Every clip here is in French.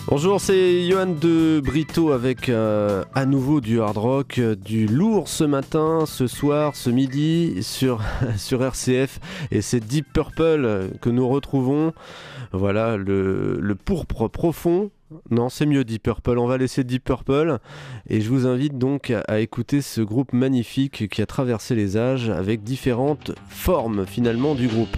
Bonjour, c'est Johan de Brito avec à nouveau du hard rock, du lourd ce matin, ce soir, ce midi sur RCF, et c'est Deep Purple que nous retrouvons. Voilà, le pourpre profond. Non, c'est mieux Deep Purple, on va laisser Deep Purple, et je vous invite donc à écouter ce groupe magnifique qui a traversé les âges avec différentes formes finalement du groupe.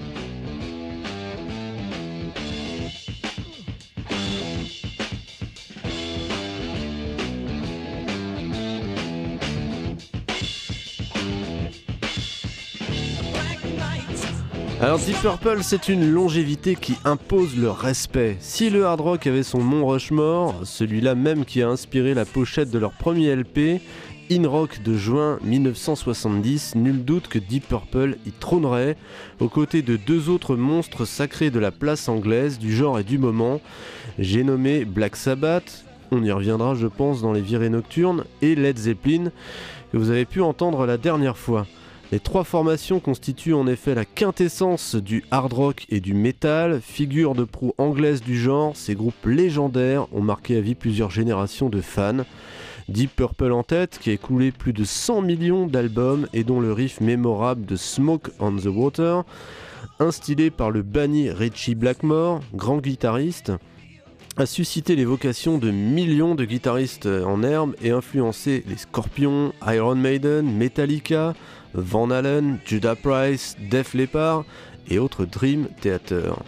Alors Deep Purple, c'est une longévité qui impose le respect. Si le hard rock avait son Mont Rushmore, celui-là même qui a inspiré la pochette de leur premier LP, In Rock de juin 1970, nul doute que Deep Purple y trônerait, aux côtés de deux autres monstres sacrés de la place anglaise, du genre et du moment. J'ai nommé Black Sabbath, on y reviendra je pense dans les virées nocturnes, et Led Zeppelin, que vous avez pu entendre la dernière fois. Les trois formations constituent en effet la quintessence du hard rock et du metal, figure de proue anglaise du genre. Ces groupes légendaires ont marqué à vie plusieurs générations de fans. Deep Purple en tête, qui a écoulé plus de 100 millions d'albums et dont le riff mémorable de Smoke on the Water, instillé par le banni Ritchie Blackmore, grand guitariste, a suscité les vocations de millions de guitaristes en herbe et influencé les Scorpions, Iron Maiden, Metallica, Van Halen, Judas Priest, Def Leppard et autres Dream Theater.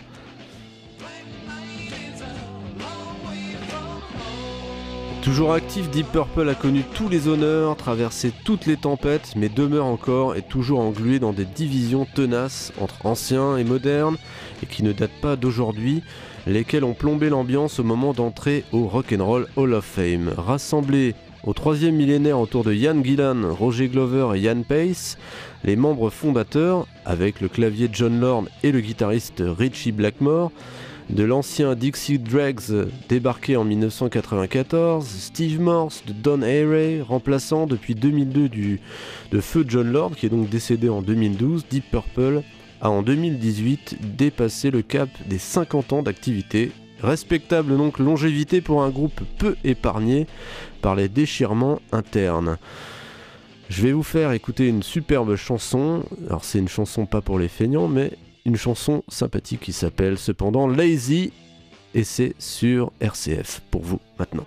Toujours actif, Deep Purple a connu tous les honneurs, traversé toutes les tempêtes, mais demeure encore et toujours englué dans des divisions tenaces entre anciens et modernes, et qui ne datent pas d'aujourd'hui, lesquels ont plombé l'ambiance au moment d'entrer au Rock'n'Roll Hall of Fame. Rassemblés au troisième millénaire autour de Ian Gillan, Roger Glover et Ian Pace, les membres fondateurs, avec le clavier John Lord et le guitariste Ritchie Blackmore, de l'ancien Dixie Dregs débarqué en 1994, Steve Morse de Don Airey, remplaçant depuis 2002 de feu John Lord, qui est donc décédé en 2012, Deep Purple a en 2018 dépassé le cap des 50 ans d'activité. Respectable donc longévité pour un groupe peu épargné par les déchirements internes. Je vais vous faire écouter une superbe chanson. Alors c'est une chanson pas pour les feignants, mais une chanson sympathique qui s'appelle cependant Lazy, et c'est sur RCF pour vous maintenant.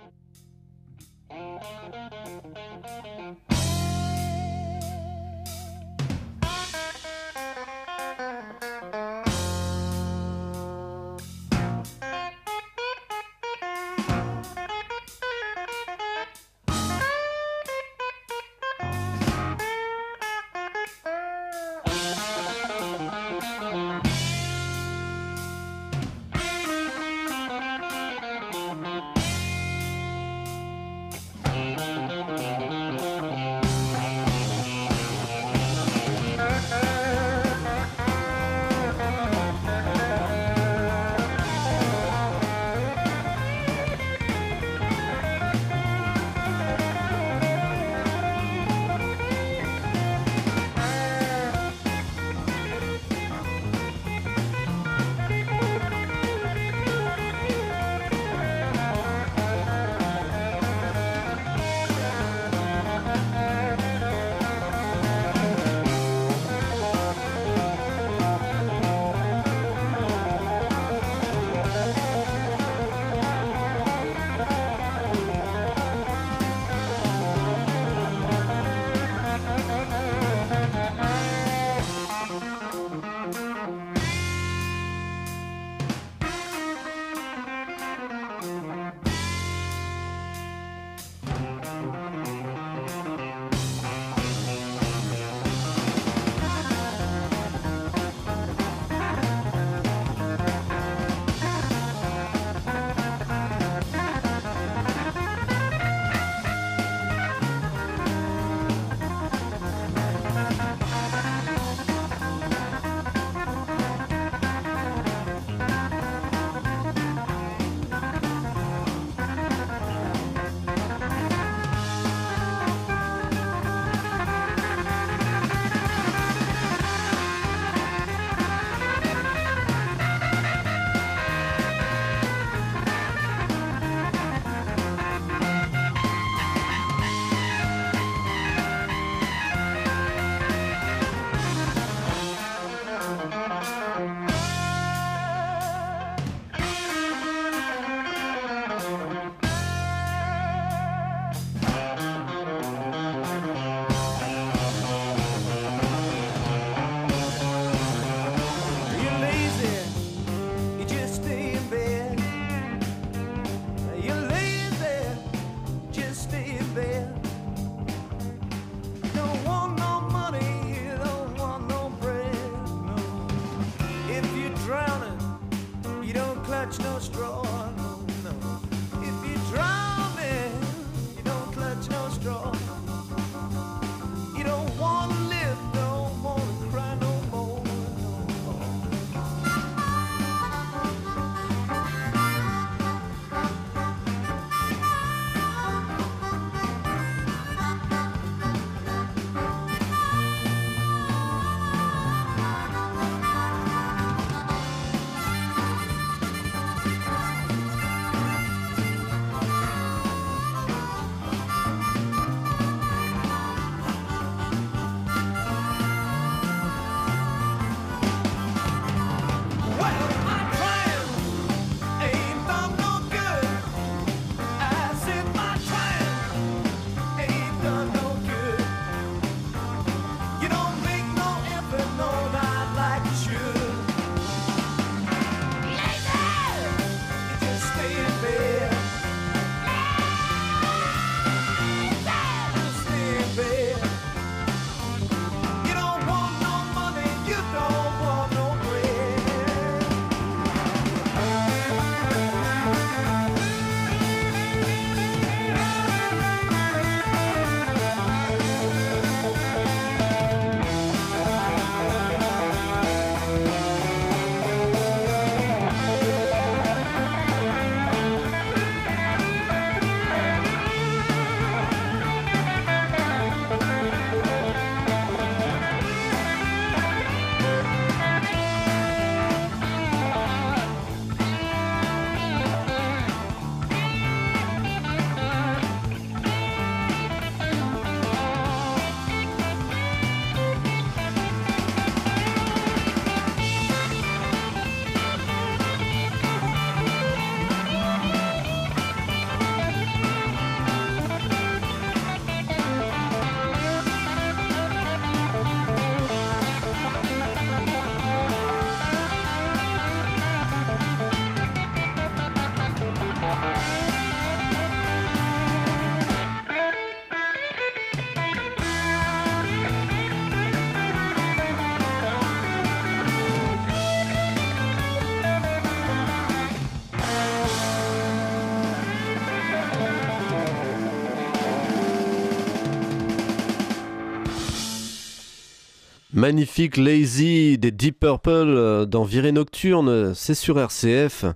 Magnifique Lazy des Deep Purple dans Virée Nocturne, c'est sur RCF.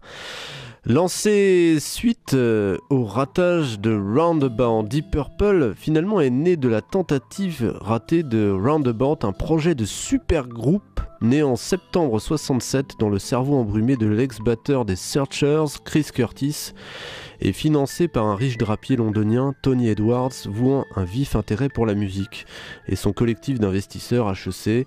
Lancé suite au ratage de Roundabout, Deep Purple finalement est né de la tentative ratée de Roundabout, un projet de super groupe né en septembre 67 dans le cerveau embrumé de l'ex-batteur des Searchers, Chris Curtis, et financé par un riche drapier londonien, Tony Edwards, vouant un vif intérêt pour la musique, et son collectif d'investisseurs HEC,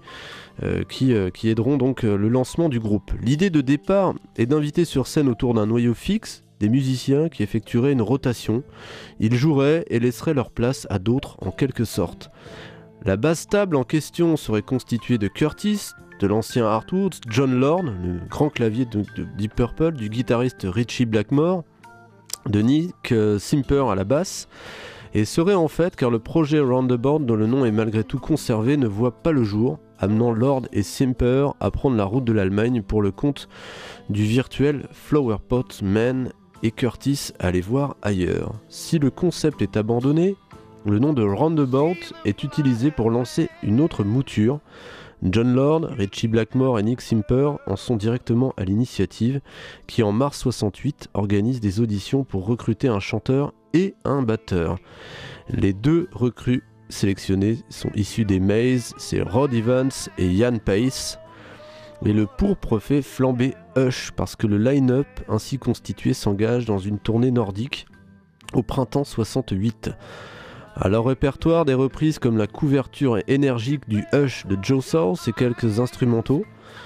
qui aideront donc le lancement du groupe. L'idée de départ est d'inviter sur scène autour d'un noyau fixe des musiciens qui effectueraient une rotation. Ils joueraient et laisseraient leur place à d'autres en quelque sorte. La basse table en question serait constituée de Curtis, de l'ancien Hardwood, John Lord, le grand clavier de Deep Purple, du guitariste Ritchie Blackmore, de Nick Simper à la basse, et serait en fait, car le projet Roundabout, dont le nom est malgré tout conservé, ne voit pas le jour, amenant Lord et Simper à prendre la route de l'Allemagne pour le compte du virtuel Flowerpot Man, et Curtis à aller voir ailleurs. Si le concept est abandonné, le nom de Roundabout est utilisé pour lancer une autre mouture. John Lord, Ritchie Blackmore et Nick Simper en sont directement à l'initiative, qui en mars 68 organise des auditions pour recruter un chanteur et un batteur. Les deux recrues sélectionnés sont issus des Maze, c'est Rod Evans et Ian Pace. Et le pourpre fait flamber Hush parce que le line-up ainsi constitué s'engage dans une tournée nordique au printemps 68. À leur répertoire, des reprises comme la couverture énergique du Hush de Joe Source et quelques instrumentaux.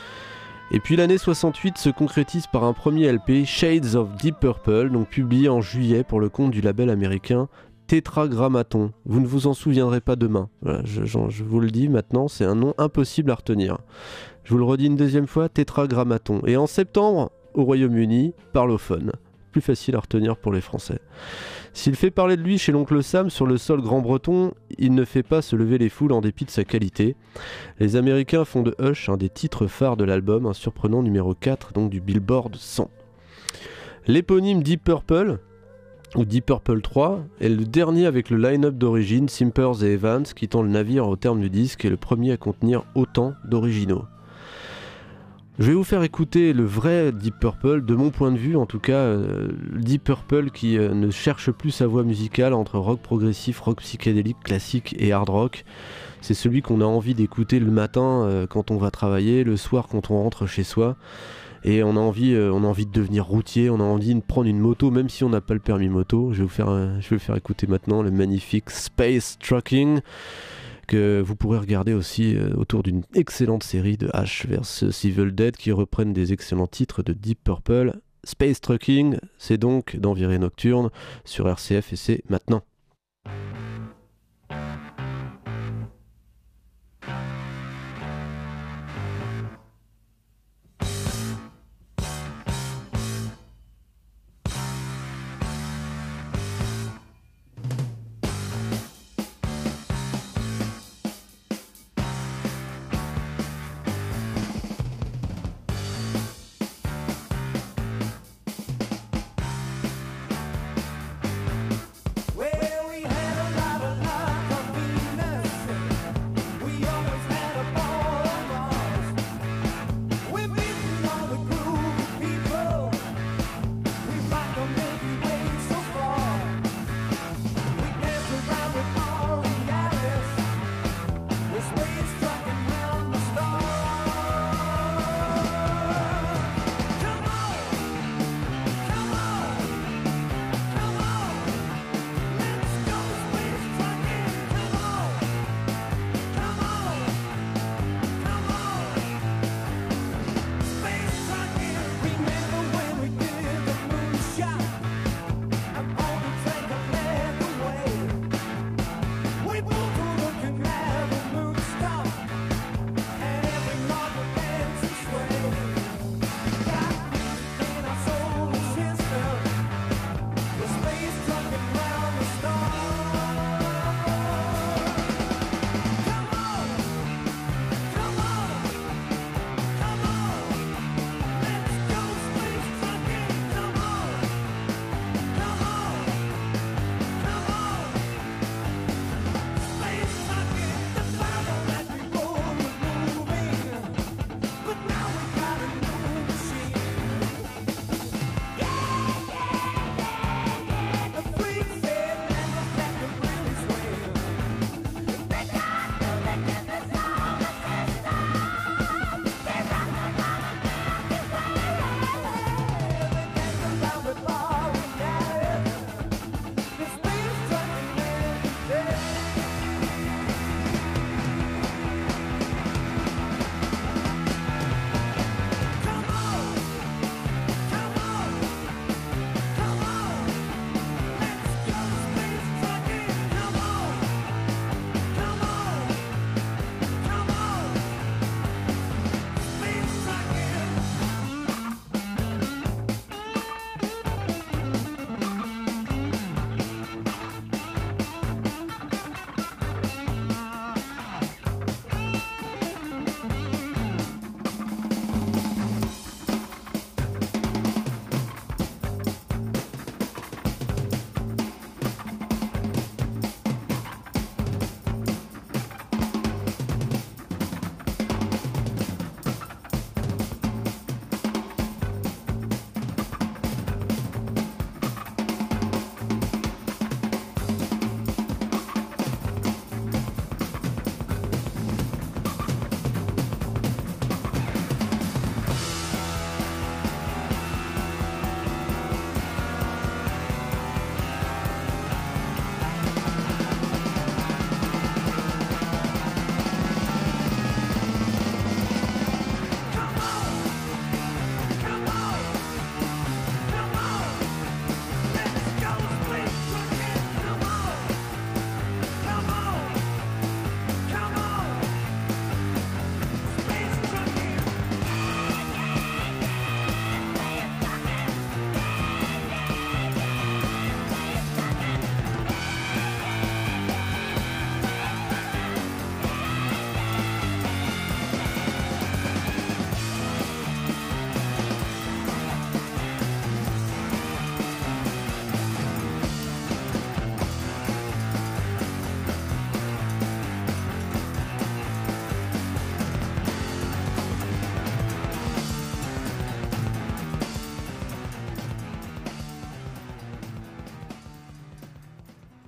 Et puis l'année 68 se concrétise par un premier LP, Shades of Deep Purple, donc publié en juillet pour le compte du label américain Tetragrammaton. Vous ne vous en souviendrez pas demain. Voilà, je vous le dis maintenant, c'est un nom impossible à retenir. Je vous le redis une deuxième fois, Tetragrammaton. Et en septembre, au Royaume-Uni, Parlophone. Plus facile à retenir pour les Français. S'il fait parler de lui chez l'oncle Sam sur le sol grand-breton, il ne fait pas se lever les foules en dépit de sa qualité. Les Américains font de Hush un des titres phares de l'album, un surprenant numéro 4 donc du Billboard 100. L'éponyme Deep Purple, ou Deep Purple 3, est le dernier avec le line-up d'origine, Simpers et Evans, quittant le navire au terme du disque, et le premier à contenir autant d'originaux. Je vais vous faire écouter le vrai Deep Purple, de mon point de vue en tout cas, Deep Purple qui ne cherche plus sa voix musicale entre rock progressif, rock psychédélique, classique et hard rock. C'est celui qu'on a envie d'écouter le matin quand on va travailler, le soir quand on rentre chez soi. Et on a envie de devenir routier, on a envie de prendre une moto, même si on n'a pas le permis moto. Je vais vous faire écouter maintenant le magnifique Space Trucking, que vous pourrez regarder aussi autour d'une excellente série de Ash vs Evil Dead qui reprennent des excellents titres de Deep Purple. Space Trucking, c'est donc dans Virée Nocturne sur RCF et c'est maintenant. Well,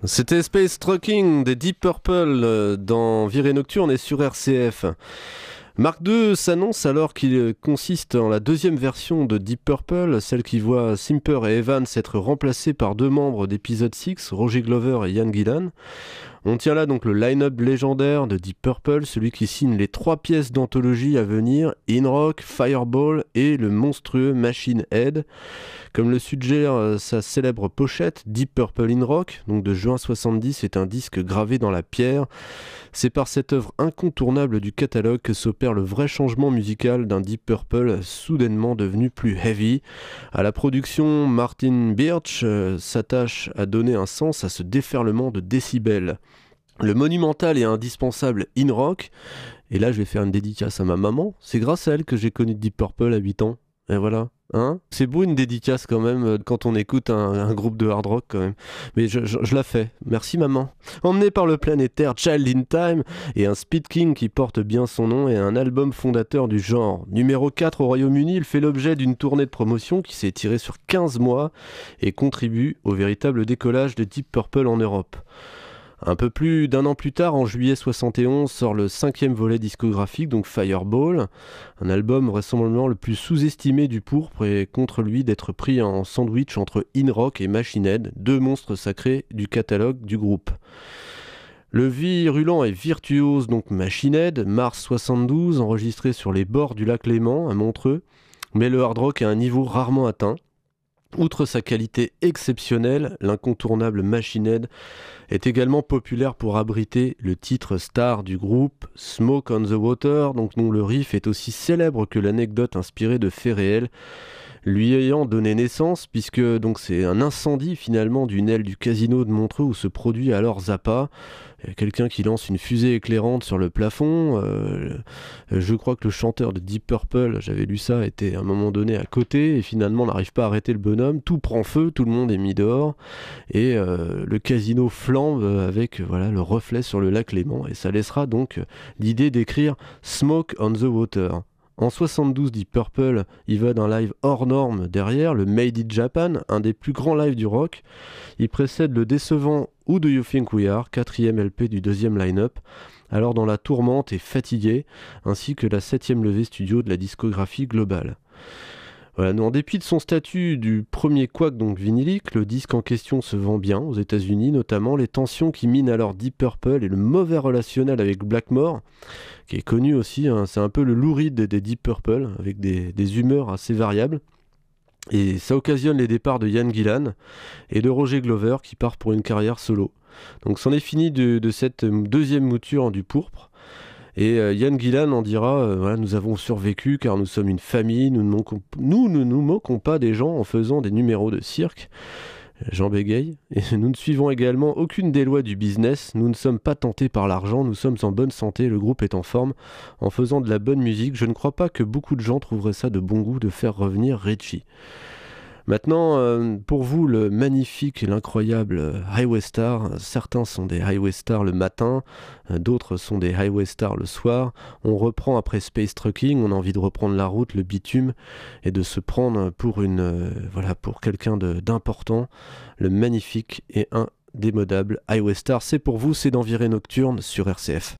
C'était Space Trucking des Deep Purple dans Virée Nocturne et sur RCF. Mark II s'annonce alors qu'il consiste en la deuxième version de Deep Purple, celle qui voit Simper et Evans être remplacés par deux membres d'épisode 6, Roger Glover et Ian Gillan. On tient là donc le line-up légendaire de Deep Purple, celui qui signe les 3 pièces d'anthologie à venir, In Rock, Fireball et le monstrueux Machine Head. Comme le suggère sa célèbre pochette, Deep Purple In Rock, donc de juin 70, est un disque gravé dans la pierre. C'est par cette œuvre incontournable du catalogue que s'opère le vrai changement musical d'un Deep Purple soudainement devenu plus heavy. À la production, Martin Birch s'attache à donner un sens à ce déferlement de décibels. Le monumental et indispensable In Rock, et là je vais faire une dédicace à ma maman, c'est grâce à elle que j'ai connu Deep Purple à 8 ans. Et voilà. Hein, c'est beau une dédicace quand même quand on écoute un groupe de hard rock quand même. Mais je la fais. Merci maman. Emmené par le planétaire Child in Time et un Speed King qui porte bien son nom et un album fondateur du genre. Numéro 4 au Royaume-Uni, il fait l'objet d'une tournée de promotion qui s'est tirée sur 15 mois et contribue au véritable décollage de Deep Purple en Europe. Un peu plus d'un an plus tard, en juillet 71, sort le 5e volet discographique, donc Fireball, un album vraisemblablement le plus sous-estimé du pourpre et contre lui d'être pris en sandwich entre In Rock et Machine Head, deux monstres sacrés du catalogue du groupe. Le virulent et virtuose donc Machine Head, mars 72, enregistré sur les bords du lac Léman à Montreux, met le hard rock à un niveau rarement atteint. Outre sa qualité exceptionnelle, l'incontournable Machine Head est également populaire pour abriter le titre star du groupe, Smoke on the Water, donc dont le riff est aussi célèbre que l'anecdote inspirée de faits réels, lui ayant donné naissance, puisque donc c'est un incendie finalement d'une aile du casino de Montreux où se produit alors Zappa. Quelqu'un qui lance une fusée éclairante sur le plafond. Je crois que le chanteur de Deep Purple, j'avais lu ça, était à un moment donné à côté et finalement n'arrive pas à arrêter le bonhomme. Tout prend feu, tout le monde est mis dehors et le casino flambe avec voilà, le reflet sur le lac Léman. Et ça laissera donc l'idée d'écrire Smoke on the Water. En 72, Deep Purple, il va d'un live hors norme derrière, le Made in Japan, un des plus grands lives du rock. Il précède le décevant Who Do You Think We Are, 4e LP du 2e line-up, alors dans la tourmente et fatigué, ainsi que la 7e levée studio de la discographie globale. Voilà, en dépit de son statut du premier quack donc vinylique, le disque en question se vend bien aux États-Unis, notamment les tensions qui minent alors Deep Purple et le mauvais relationnel avec Blackmore, qui est connu aussi, hein, c'est un peu le Lou Reed des Deep Purple, avec des humeurs assez variables. Et ça occasionne les départs de Ian Gillan et de Roger Glover qui part pour une carrière solo. Donc c'en est fini de cette deuxième mouture du pourpre. Et Ian Gillan en dira voilà, nous avons survécu car nous sommes une famille, nous ne nous moquons pas des gens en faisant des numéros de cirque. Jean bégaye. Et nous ne suivons également aucune des lois du business, nous ne sommes pas tentés par l'argent, nous sommes en bonne santé, le groupe est en forme, en faisant de la bonne musique. Je ne crois pas que beaucoup de gens trouveraient ça de bon goût de faire revenir Richie. Maintenant, pour vous, le magnifique et l'incroyable Highway Star, certains sont des Highway Stars le matin, d'autres sont des Highway Stars le soir. On reprend après Space Trucking, on a envie de reprendre la route, le bitume, et de se prendre pour pour quelqu'un d'important. Le magnifique et indémodable Highway Star, c'est pour vous, c'est dans Virée Nocturne sur RCF.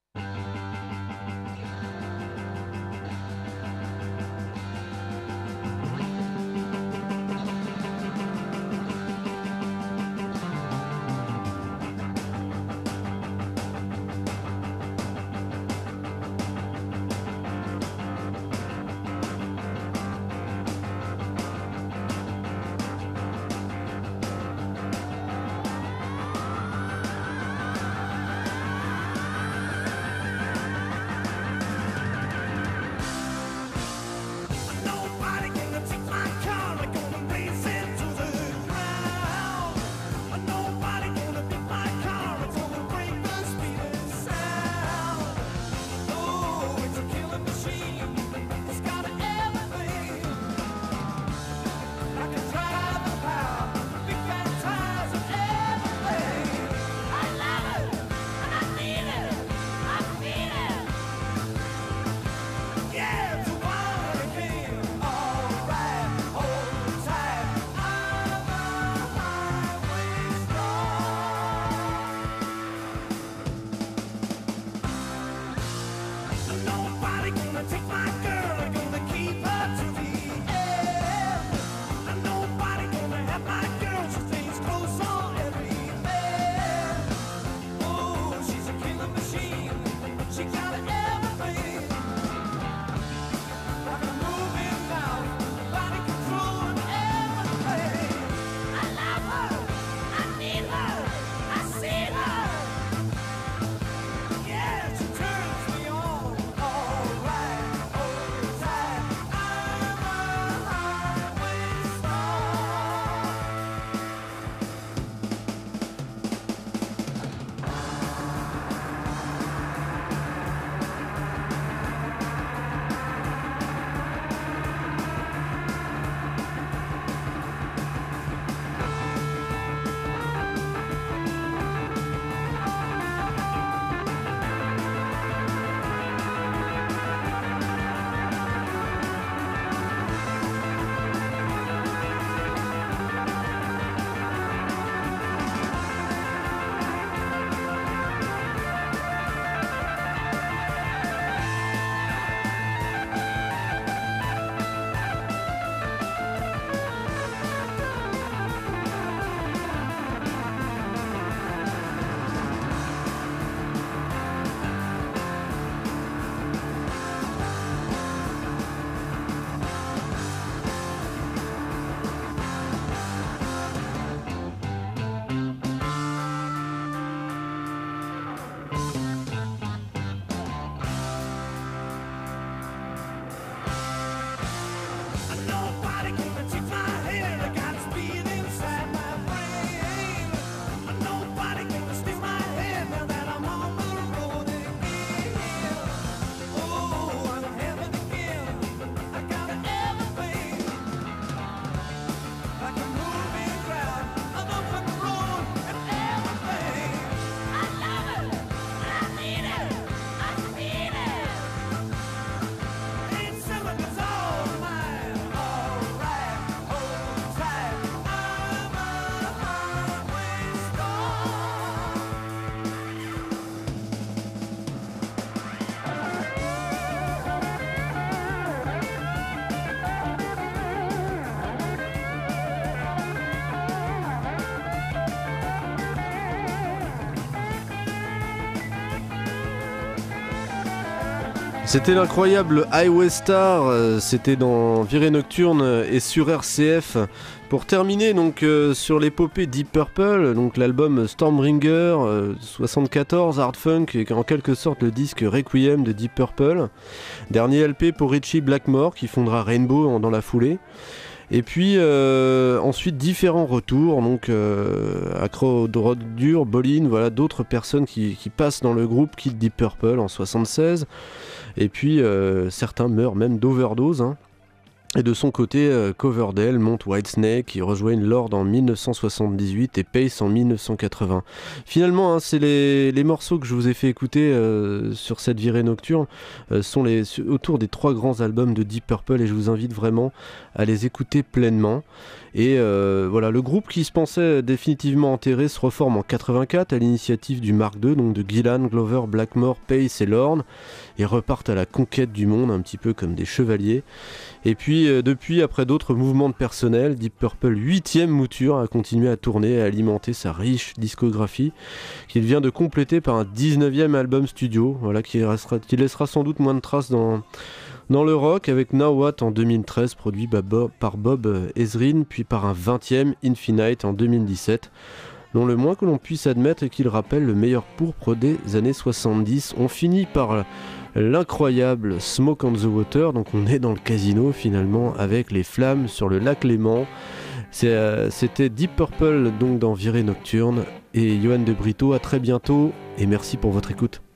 C'était l'incroyable Highway Star, c'était dans Virée Nocturne et sur RCF. Pour terminer donc sur l'épopée Deep Purple, donc l'album Stormbringer 74 Hard Funk est en quelque sorte le disque Requiem de Deep Purple. Dernier LP pour Ritchie Blackmore qui fondera Rainbow dans la foulée. Et puis ensuite différents retours, donc Accro Road Dur, Bolin, voilà d'autres personnes qui passent dans le groupe, quittent Deep Purple en 76. Et puis certains meurent même d'overdose. Et de son côté, Coverdale monte Whitesnake qui rejoignent Lord en 1978 et Pace en 1980. Finalement, c'est les morceaux que je vous ai fait écouter sur cette virée nocturne sont autour des 3 grands albums de Deep Purple et je vous invite vraiment à les écouter pleinement. Et voilà, le groupe qui se pensait définitivement enterré se reforme en 84 à l'initiative du Mark II, donc de Gillan, Glover, Blackmore, Pace et Lorne, et repartent à la conquête du monde, un petit peu comme des chevaliers. Et puis depuis, après d'autres mouvements de personnel, Deep Purple 8e mouture a continué à tourner et à alimenter sa riche discographie, qu'il vient de compléter par un 19e album studio, voilà, qui laissera sans doute moins de traces dans le rock, avec Now What en 2013, produit par Bob Ezrin, puis par un 20e Infinite en 2017, dont le moins que l'on puisse admettre est qu'il rappelle le meilleur pourpre des années 70. On finit par l'incroyable Smoke on the Water, donc on est dans le casino finalement, avec les flammes sur le lac Léman. C'était Deep Purple, donc dans Virée Nocturne, et Johan de Brito, à très bientôt, et merci pour votre écoute.